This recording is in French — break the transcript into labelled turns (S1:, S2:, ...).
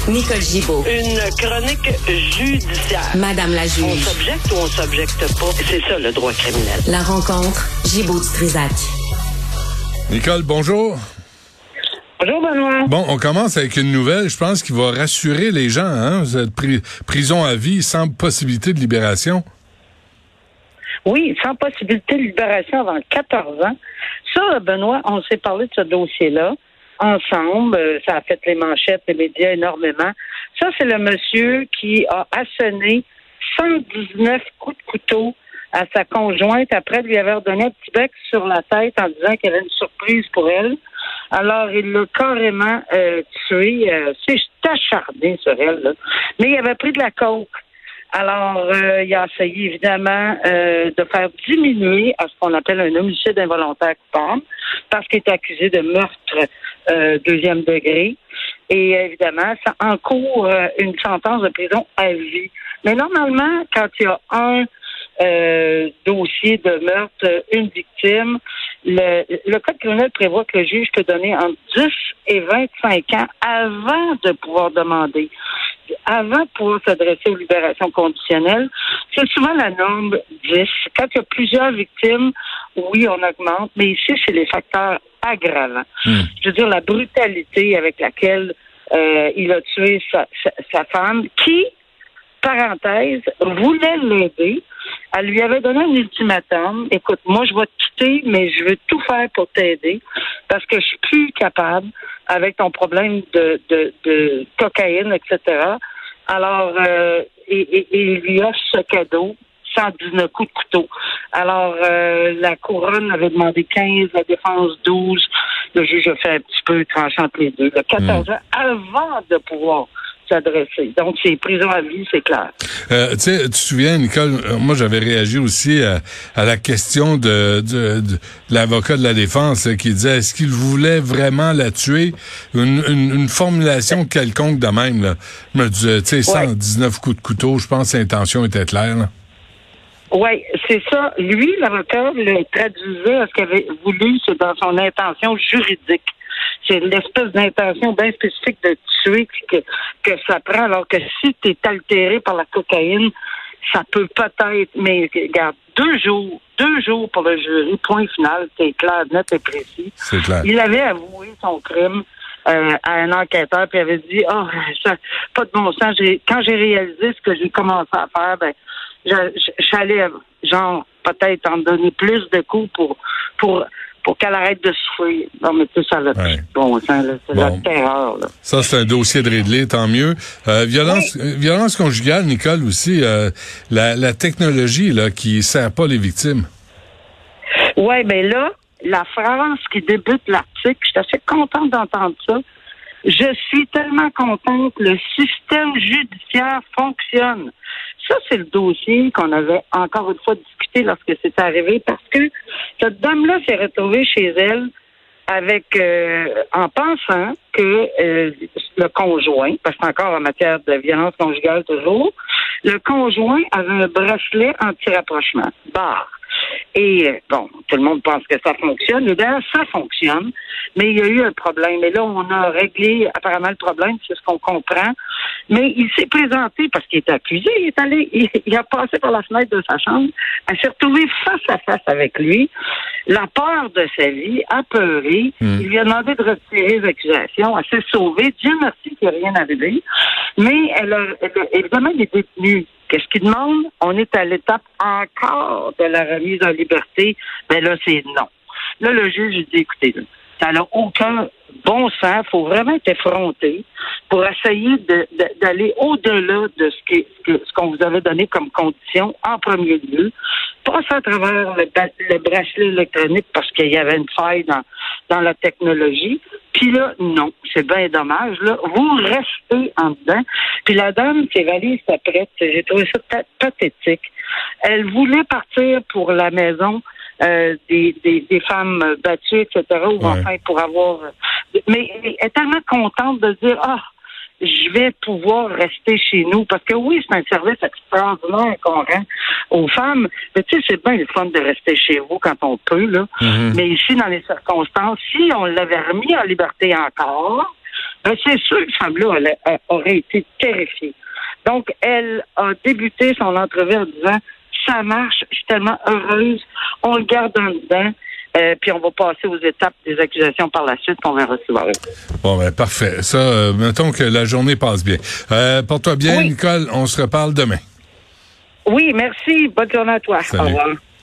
S1: Nicole Gibaud.
S2: Une chronique judiciaire.
S1: Madame la juge.
S2: On s'objecte ou on s'objecte pas. C'est ça, le droit criminel.
S1: La rencontre, Gibaud-Strizac.
S3: Nicole, bonjour.
S2: Bonjour, Benoît.
S3: Bon, on commence avec une nouvelle, je pense, qui va rassurer les gens. Hein? Vous êtes prison à vie sans possibilité de libération.
S4: Oui, sans possibilité de libération avant 14 ans. Ça, Benoît, on s'est parlé de ce dossier-là ensemble. Ça a fait les manchettes, les médias énormément. Ça, c'est le monsieur qui a asséné 119 coups de couteau à sa conjointe après lui avoir donné un petit bec sur la tête en disant qu'il y avait une surprise pour elle. Alors, il l'a carrément tué. C'est acharné sur elle, là. Mais il avait pris de la coke. Alors, il a essayé, évidemment, de faire diminuer à ce qu'on appelle un homicide involontaire coupable, parce qu'il est accusé de meurtre deuxième degré. Et évidemment, ça encourt une sentence de prison à vie. Mais normalement, quand il y a un dossier de meurtre, une victime, le code criminel prévoit que le juge peut donner entre 10 et 25 ans avant de pouvoir demander, avant de pouvoir s'adresser aux libérations conditionnelles. C'est souvent la norme 10. Quand il y a plusieurs victimes, oui, on augmente, mais ici, c'est les facteurs aggravants. Je veux dire, la brutalité avec laquelle il a tué sa femme, qui, parenthèse, voulait l'aider. Elle lui avait donné un ultimatum. Écoute, moi, je vais te quitter, mais je veux tout faire pour t'aider parce que je suis plus capable avec ton problème de cocaïne, etc. Alors, et il lui offre ce cadeau, 119 coups de couteau. Alors, la couronne avait demandé 15, la défense 12. Le juge a fait un petit peu tranchant entre les deux. Le 14 ans avant de pouvoir s'adresser. Donc, c'est prison à vie, c'est clair.
S3: Tu sais, tu te souviens, Nicole, moi, j'avais réagi aussi à la question de l'avocat de la défense qui disait, est-ce qu'il voulait vraiment la tuer? Une formulation quelconque de même, là. Je me disais, tu sais, 119 coups de couteau, je pense que l'intention était claire, là.
S4: Oui, c'est ça. Lui, l'avocat, le traduisait à ce qu'il avait voulu, c'est dans son intention juridique. C'est l'espèce d'intention bien spécifique de tuer que ça prend, alors que si tu es altéré par la cocaïne, ça peut peut-être, mais regarde, 2 jours pour le jury, point final, c'est clair, net et précis.
S3: C'est clair.
S4: Il avait avoué son crime à un enquêteur, puis il avait dit, ça, pas de bon sens. Quand j'ai réalisé ce que j'ai commencé à faire, ben, j'allais, genre, peut-être en donner plus de coups pour qu'elle arrête de souffrir. Non, mais tout ça, là, bon sens, là, c'est la terreur, là.
S3: Ça, c'est un dossier de réglé, tant mieux. Violence conjugale, Nicole, aussi, la technologie, là, qui sert pas les victimes.
S4: Oui, ben là, la phrase qui débute l'article, je suis assez contente d'entendre ça. Je suis tellement contente que le système judiciaire fonctionne. Ça, c'est le dossier qu'on avait encore une fois discuté lorsque c'est arrivé, parce que cette dame-là s'est retrouvée chez elle avec, en pensant que le conjoint, parce que c'est encore en matière de violence conjugale toujours, le conjoint avait un bracelet anti-rapprochement, barre. Et bon, tout le monde pense que ça fonctionne. Et d'ailleurs, ça fonctionne, mais il y a eu un problème. Et là, on a réglé apparemment le problème, c'est ce qu'on comprend. Mais il s'est présenté parce qu'il est accusé. Il a passé par la fenêtre de sa chambre. Elle s'est retrouvée face à face avec lui. La peur de sa vie, apeurée. Il lui a demandé de retirer les accusations. Elle s'est sauvée. Dieu merci qu'il n'y a rien arrivé. Mais elle a évidemment, il est détenu. Qu'est-ce qu'il demande? On est à l'étape encore de la remise en liberté. Ben là, c'est non. Là, le juge dit, écoutez, là, ça n'a aucun bon sens. Il faut vraiment être effronté pour essayer d'aller au-delà de ce qu'on vous avait donné comme condition en premier lieu. Passer à travers le bracelet électronique parce qu'il y avait une faille dans la technologie. Puis là, non, c'est bien dommage. Là, vous restez en dedans. Puis la dame, ses valises étaient prêtes. J'ai trouvé ça pathétique. Elle voulait partir pour la maison des femmes battues, etc., ou enfin pour avoir... Mais elle est tellement contente de dire, je vais pouvoir rester chez nous. Parce que oui, c'est un service extraordinaire qu'on rend aux femmes. Mais tu sais, c'est bien le fun de rester chez vous quand on peut, là. Mais ici, dans les circonstances, si on l'avait remis en liberté encore, Ben, c'est sûr que cette femme-là elle aurait été terrifiée. Donc, elle a débuté son entrevue en disant « Ça marche, je suis tellement heureuse, on le garde en dedans. » Puis on va passer aux étapes des accusations par la suite qu'on va recevoir.
S3: Bon, ben parfait. Ça, mettons que la journée passe bien. Porte-toi bien, oui. Nicole. On se reparle demain.
S4: Oui, merci. Bonne journée à toi.
S3: Salut.
S4: Au revoir.